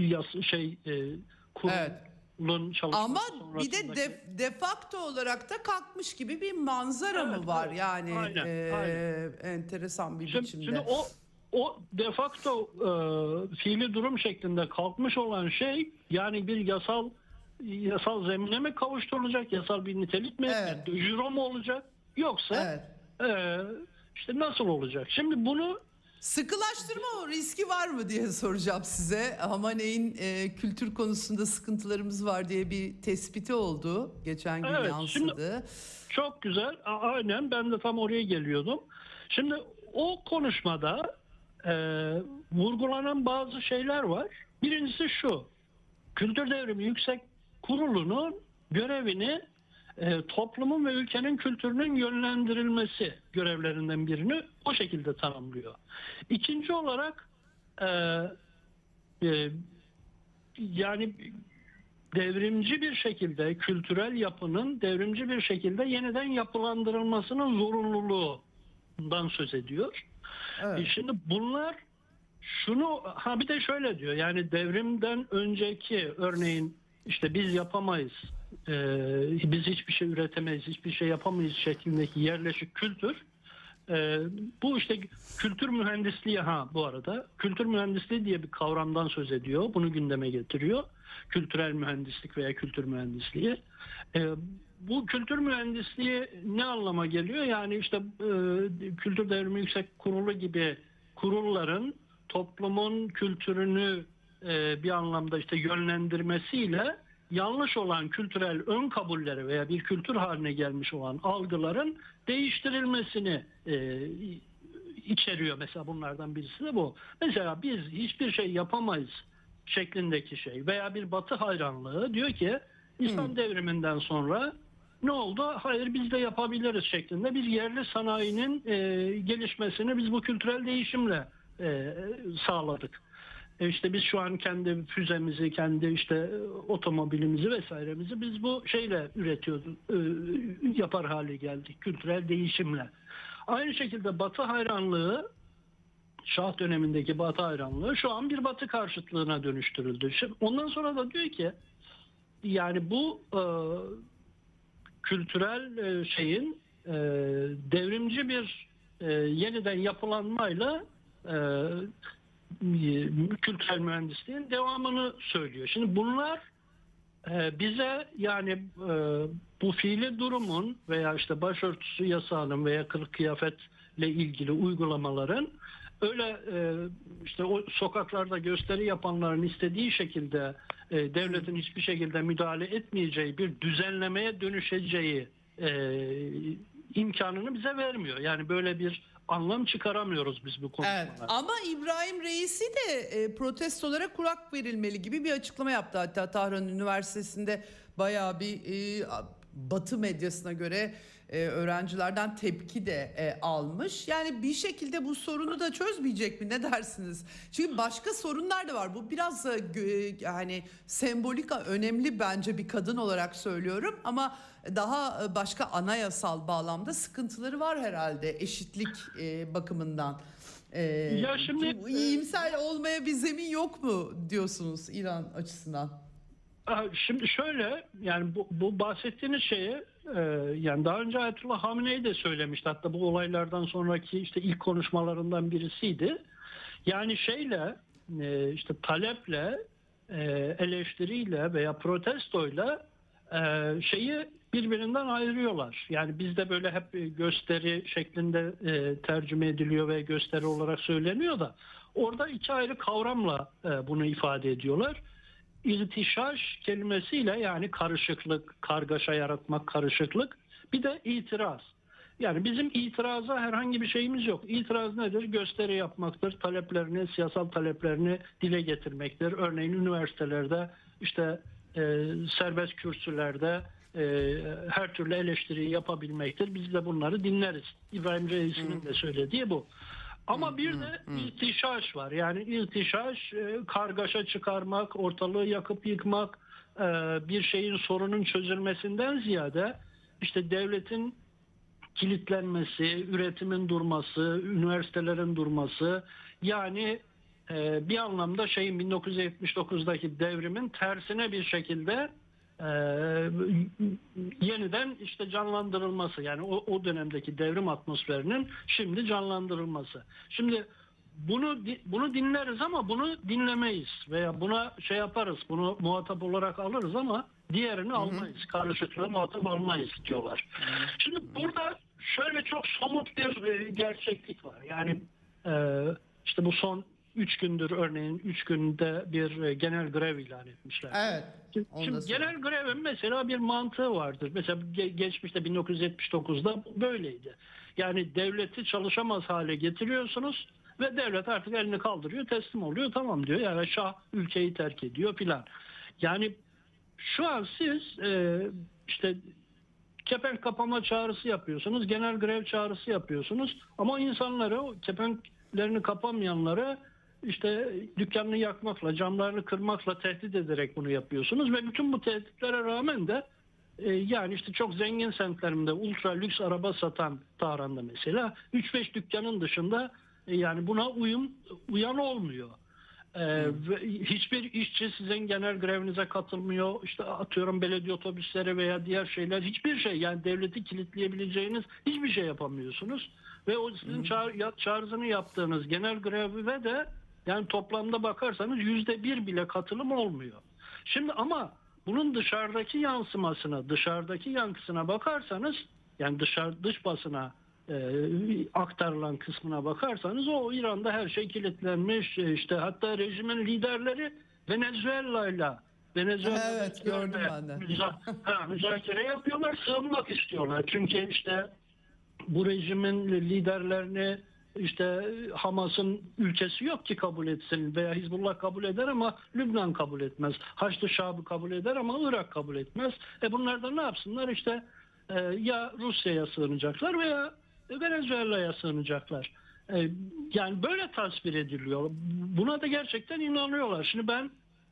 kurulun çalışması ama sonrasındaki... bir de de facto olarak da kalkmış gibi bir manzara mı var? Yani aynen. enteresan bir biçimde. Şimdi o de facto fiili durum şeklinde kalkmış olan şey, yani bir yasal zemine mi kavuşturulacak? Yasal bir nitelik mi? Jüro mu olacak? Yoksa işte nasıl olacak? Şimdi bunu sıkılaştırma riski var mı diye soracağım size. Hamaney'in kültür konusunda sıkıntılarımız var diye bir tespiti oldu. Geçen gün yansıdı. Çok güzel. Aynen, ben de tam oraya geliyordum. Şimdi o konuşmada vurgulanan bazı şeyler var. Birincisi şu: Kültür Devrimi Yüksek Kurulu'nun görevini toplumun ve ülkenin kültürünün yönlendirilmesi görevlerinden birini o şekilde tanımlıyor. İkinci olarak yani devrimci bir şekilde kültürel yapının devrimci bir şekilde yeniden yapılandırılmasının zorunluluğundan söz ediyor. Şimdi bunlar bir de şöyle diyor, yani devrimden önceki, örneğin işte biz yapamayız, biz hiçbir şey üretemeyiz, hiçbir şey yapamayız şeklindeki yerleşik kültür, bu işte kültür mühendisliği, bu arada kültür mühendisliği diye bir kavramdan söz ediyor, bunu gündeme getiriyor, kültürel mühendislik veya kültür mühendisliği. Bu kültür mühendisliği ne anlama geliyor? Yani işte Kültür Devrimi Yüksek Kurulu gibi kurulların toplumun kültürünü bir anlamda işte yönlendirmesiyle yanlış olan kültürel ön kabulleri veya bir kültür haline gelmiş olan algıların değiştirilmesini içeriyor. Mesela bunlardan birisi de bu. Mesela biz hiçbir şey yapamayız şeklindeki şey veya bir Batı hayranlığı, diyor ki İslam devriminden sonra ne oldu? Hayır, biz de yapabiliriz şeklinde bir yerli sanayinin gelişmesini biz bu kültürel değişimle sağladık. İşte biz şu an kendi füzemizi, kendi işte otomobilimizi vesairemizi biz bu şeyle üretiyorduk, yapar hale geldik kültürel değişimle. Aynı şekilde Batı hayranlığı, Şah dönemindeki Batı hayranlığı şu an bir Batı karşıtlığına dönüştürüldü. Ondan sonra da diyor ki yani bu kültürel şeyin devrimci bir yeniden yapılanmayla kültürel mühendisliğin devamını söylüyor. Şimdi bunlar bize yani bu fiili durumun veya işte başörtüsü yasağının veya kılık kıyafetle ilgili uygulamaların öyle işte o sokaklarda gösteri yapanların istediği şekilde devletin hiçbir şekilde müdahale etmeyeceği bir düzenlemeye dönüşeceği imkanını bize vermiyor. Yani böyle bir anlam çıkaramıyoruz biz bu konuşmalar. Evet, ama İbrahim Reisi de protestolara kulak verilmeli gibi bir açıklama yaptı. Hatta Tahran Üniversitesi'nde bayağı bir Batı medyasına göre öğrencilerden tepki de almış. Yani bir şekilde bu sorunu da çözmeyecek mi? Ne dersiniz? Çünkü başka sorunlar da var. Bu biraz yani sembolik önemli bence, bir kadın olarak söylüyorum, ama daha başka anayasal bağlamda sıkıntıları var herhalde eşitlik bakımından. Ya şimdi iyimser olmaya bir zemin yok mu diyorsunuz İran açısından? Şimdi şöyle, yani bu bahsettiğiniz şeye yani daha önce Ayetullah Hamenei de söylemişti. Hatta bu olaylardan sonraki işte ilk konuşmalarından birisiydi. Yani şeyle işte taleple, eleştiriyle veya protestoyla şeyi birbirinden ayırıyorlar. Yani bizde böyle hep gösteri şeklinde tercüme ediliyor ve gösteri olarak söyleniyor da orada iki ayrı kavramla bunu ifade ediyorlar. İrtişaş kelimesiyle, yani karışıklık, kargaşa yaratmak, karışıklık. Bir de itiraz. Yani bizim itiraza herhangi bir şeyimiz yok. İtiraz nedir? Gösteri yapmaktır. Taleplerini, siyasal taleplerini dile getirmektir. Örneğin üniversitelerde işte serbest kürsülerde her türlü eleştiriyi yapabilmektir. Biz de bunları dinleriz. İbrahim Reis'in de söylediği bu. Ama bir de irtişaş var. Yani irtişaş, kargaşa çıkarmak, ortalığı yakıp yıkmak, bir şeyin, sorunun çözülmesinden ziyade işte devletin kilitlenmesi, üretimin durması, üniversitelerin durması, yani bir anlamda şeyin 1979'daki devrimin tersine bir şekilde yeniden işte canlandırılması, yani o dönemdeki devrim atmosferinin şimdi canlandırılması. Şimdi bunu dinleriz ama bunu dinlemeyiz veya buna şey yaparız, bunu muhatap olarak alırız ama diğerini almayız. Karışıklığı muhatap almayız diyorlar. Şimdi burada şöyle çok somut bir gerçeklik var. Yani işte bu son 3 gündür, örneğin 3 günde bir genel grev ilan etmişler. Evet. Şimdi genel grevin mesela bir mantığı vardır. Mesela geçmişte 1979'da böyleydi. Yani devleti çalışamaz hale getiriyorsunuz ve devlet artık elini kaldırıyor, teslim oluyor, tamam diyor. Yani şah ülkeyi terk ediyor filan. Yani şu an siz işte kepenk kapama çağrısı yapıyorsunuz, genel grev çağrısı yapıyorsunuz ama insanları, o kepenklerini kapamayanları işte dükkanını yakmakla, camlarını kırmakla tehdit ederek bunu yapıyorsunuz ve bütün bu tehditlere rağmen de yani işte çok zengin semtlerinde ultra lüks araba satan Tahran'da mesela 3-5 dükkanın dışında yani buna uyan olmuyor. Ve hiçbir işçi sizin genel grevinize katılmıyor. İşte atıyorum belediye otobüsleri veya diğer şeyler, hiçbir şey, yani devleti kilitleyebileceğiniz hiçbir şey yapamıyorsunuz. Ve o sizin çağrısını yaptığınız genel greve de yani toplamda bakarsanız %1 bile katılım olmuyor. Şimdi ama bunun dışarıdaki yansımasına, dışarıdaki yankısına bakarsanız, yani dış basına aktarılan kısmına bakarsanız o İran'da her şey kilitlenmiş. İşte hatta rejimin liderleri Venezuela'yla evet, gördüm ben de. müzakere yapıyorlar, sığınmak istiyorlar. Çünkü işte bu rejimin liderlerini işte Hamas'ın ülkesi yok ki kabul etsin veya Hizbullah kabul eder ama Lübnan kabul etmez. Haçlı Şab'ı kabul eder ama Irak kabul etmez. Bunlar da ne yapsınlar? İşte ya Rusya'ya sığınacaklar veya Venezuela'ya sığınacaklar. Yani böyle tasvir ediliyor. Buna da gerçekten inanıyorlar. Şimdi ben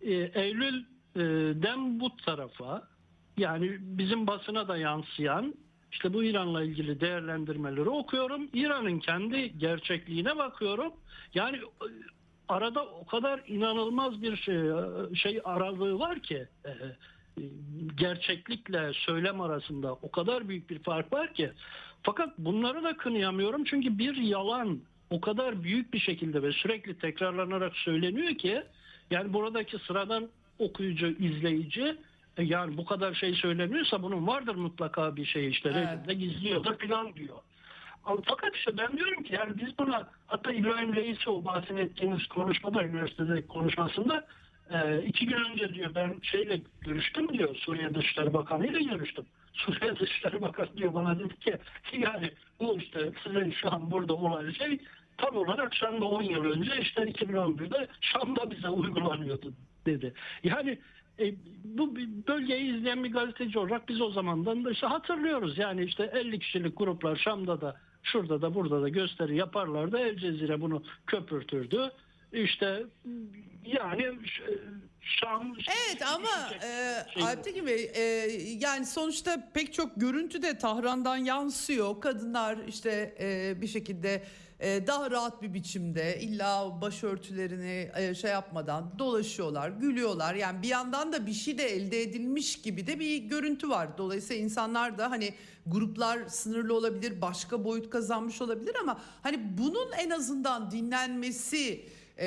Eylül'den bu tarafa, yani bizim basına da yansıyan işte bu İran'la ilgili değerlendirmeleri okuyorum. İran'ın kendi gerçekliğine bakıyorum. Yani arada o kadar inanılmaz bir şey aralığı var ki gerçeklikle söylem arasında o kadar büyük bir fark var ki. Fakat bunları da kınayamıyorum çünkü bir yalan o kadar büyük bir şekilde ve sürekli tekrarlanarak söyleniyor ki yani buradaki sıradan okuyucu, izleyici yani bu kadar şey söyleniyorsa bunun vardır mutlaka bir şey işte rejimde gizliyor da plan diyor. Fakat işte ben diyorum ki yani biz buna hatta İbrahim Reis'i o bahsettiğiniz konuşmada üniversitede konuşmasında 2 gün önce diyor ben şeyle görüştüm diyor Suriye Dışişleri Bakanı ile görüştüm. Suriye Dışişleri Bakanı diyor bana dedi ki yani bu işte sizin şu an burada olan şey tam olarak Şam'da 10 yıl önce işte 2011'de Şam'da bize uygulanıyordu dedi. Yani bu bölgeyi izleyen bir gazeteci olarak biz o zamandan da işte hatırlıyoruz. Yani işte 50 kişilik gruplar Şam'da da şurada da burada da gösteri yaparlardı. El Cezire bunu köpürtürdü. İşte yani Şam... Evet ama Alptekin Bey yani sonuçta pek çok görüntü de Tahran'dan yansıyor. Kadınlar işte bir şekilde daha rahat bir biçimde illa başörtülerini şey yapmadan dolaşıyorlar, gülüyorlar. Yani bir yandan da bir şey de elde edilmiş gibi de bir görüntü var. Dolayısıyla insanlar da hani gruplar sınırlı olabilir, başka boyut kazanmış olabilir ama hani bunun en azından dinlenmesi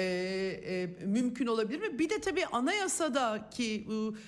mümkün olabilir mi? Bir de tabii anayasadaki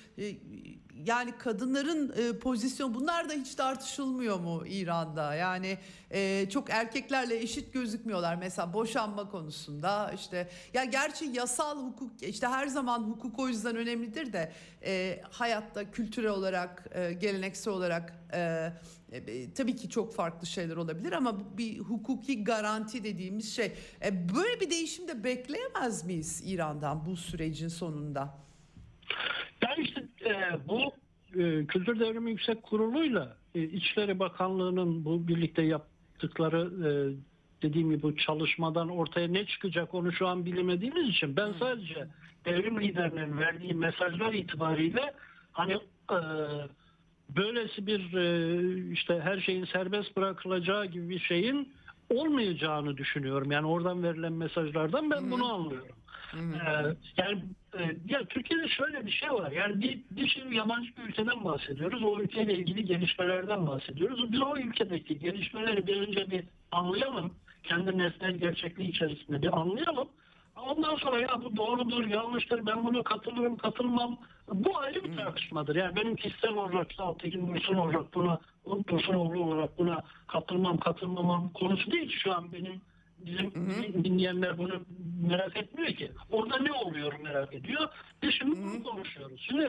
yani kadınların pozisyonu bunlar da hiç tartışılmıyor mu İran'da? Yani çok erkeklerle eşit gözükmüyorlar mesela boşanma konusunda işte ya gerçi yasal hukuk işte her zaman hukuk o yüzden önemlidir de hayatta kültürel olarak geleneksel olarak tabii ki çok farklı şeyler olabilir ama bir hukuki garanti dediğimiz şey böyle bir değişim de bekleyemez miyiz İran'dan bu sürecin sonunda? Yani işte bu Kültür Devrimi Yüksek Kurulu'yla İçişleri Bakanlığı'nın bu birlikte yaptıkları dediğim gibi bu çalışmadan ortaya ne çıkacak onu şu an bilemediğimiz için ben sadece devrim liderlerinin verdiği mesajlar itibariyle hani böylesi bir işte her şeyin serbest bırakılacağı gibi bir şeyin olmayacağını düşünüyorum. Yani oradan verilen mesajlardan ben bunu anlıyorum. Yani ya Türkiye'de şöyle bir şey var. Yani bir sürü yabancı bir ülkeden bahsediyoruz. O ülkeyle ilgili gelişmelerden bahsediyoruz. Biz o ülkedeki gelişmeleri bir önce bir anlayalım. Kendi nesnel gerçekliği içerisinde bir anlayalım. Ondan sonra ya bu doğrudur, yanlıştır, ben buna katılırım, katılmam. Bu ayrı bir tartışmadır. Yani benim kişisel olarak, Altekin Dursun olarak buna, Dursunoğlu olarak buna katılmam, katılmamam konusu değil şu an bizim dinleyenler bunu merak etmiyor ki. Orada ne oluyor merak ediyor. Biz şimdi bunu konuşuyoruz. Şimdi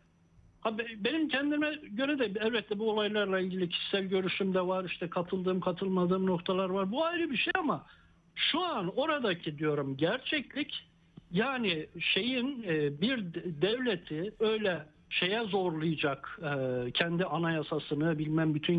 benim kendime göre de elbette bu olaylarla ilgili kişisel görüşüm de var. İşte katıldığım, katılmadığım noktalar var. Bu ayrı bir şey ama şu an oradaki diyorum gerçeklik yani şeyin bir devleti öyle şeye zorlayacak kendi anayasasını bilmem bütün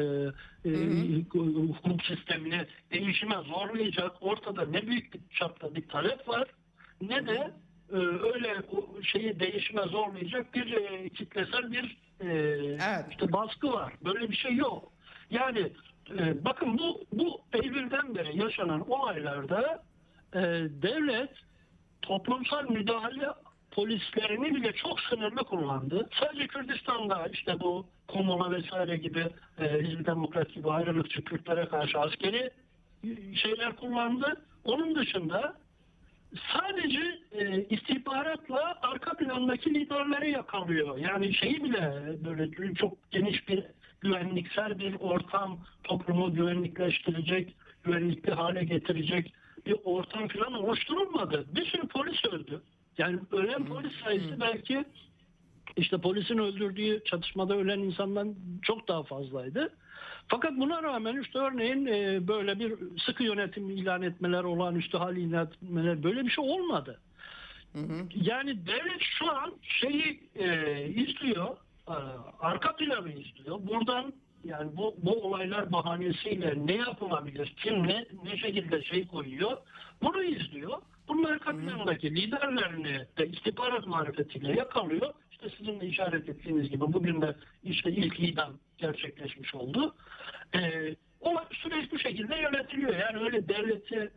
hukuk sistemini değişime zorlayacak ortada ne büyük bir çapta bir talep var ne de öyle şeyi değişime zorlayacak bir kitlesel bir işte baskı var. Böyle bir şey yok. Yani bakın bu Eylül'den beri yaşanan olaylarda devlet toplumsal müdahale polislerini bile çok sınırlı kullandı. Sadece Kürdistan'da işte bu Komola vesaire gibi Hizb-i Demokrat gibi ayrılıkçı Kürtlere karşı askeri şeyler kullandı. Onun dışında sadece istihbaratla arka plandaki liderleri yakalıyor. Yani şeyi bile böyle çok geniş bir güvenliksel bir ortam, toplumu güvenlikleştirecek, güvenlikli hale getirecek bir ortam falan oluşturulmadı. Bir sürü polis öldü. Yani ölen polis sayısı belki işte polisin öldürdüğü çatışmada ölen insandan çok daha fazlaydı. Fakat buna rağmen işte örneğin böyle bir sıkı yönetim ilan etmeler, olağanüstü hal ilan etmeler böyle bir şey olmadı. Yani devlet şu an şeyi izliyor, arka planı izliyor. Buradan yani bu olaylar bahanesiyle ne yapılabilir, kim ne şekilde şey koyuyor bunu izliyor. Bunun arka planındaki liderlerini de istihbarat marifetiyle yakalıyor. İşte sizin de işaret ettiğiniz gibi bugün de işte ilk idam gerçekleşmiş oldu. O süreç bu şekilde yönetiliyor. Yani öyle devleti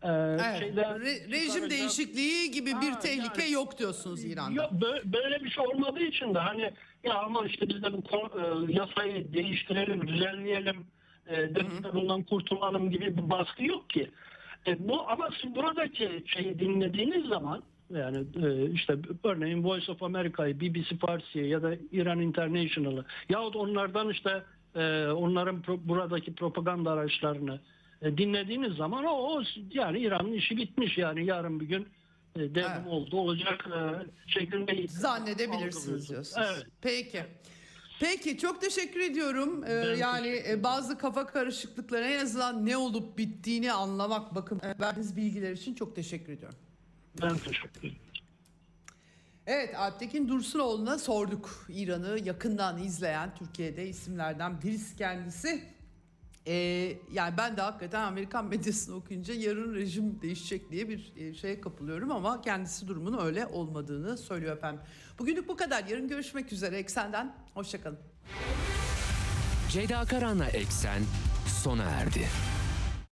Evet. şeyden Rejim çıkaracak- değişikliği gibi bir Ha, tehlike yani- yok diyorsunuz İran'da. Yok, böyle bir şey olmadığı için de hani ya ama işte biz de bu yasayı değiştirelim, düzenleyelim, bundan kurtulalım gibi bir baskı yok ki. Bu ama siz buradaki şeyi dinlediğiniz zaman yani işte örneğin Voice of America'yı, BBC Farsi'yi ya da İran International'ı yahut onlardan işte onların buradaki propaganda araçlarını dinlediğiniz zaman o yani İran'ın işi bitmiş, yani yarın bir gün devrim Evet. oldu olacak şeklinde Zannedebilirsiniz algılıyorsunuz. diyorsunuz. Evet. Peki. Peki, çok teşekkür ediyorum. Yani bazı kafa karışıklıkları, en azından ne olup bittiğini anlamak bakın verdiğiniz bilgiler için çok teşekkür ediyorum. Ben teşekkür ederim. Evet, Alptekin Dursunoğlu'na sorduk. İran'ı yakından izleyen Türkiye'de isimlerden birisi kendisi. Yani ben de hakikaten Amerikan medyasını okuyunca yarın rejim değişecek diye bir şeye kapılıyorum ama kendisi durumun öyle olmadığını söylüyor efendim. Bugünlük bu kadar. Yarın görüşmek üzere. Eksen'den hoşça kalın. Ceyda Karan'la Eksen sona erdi.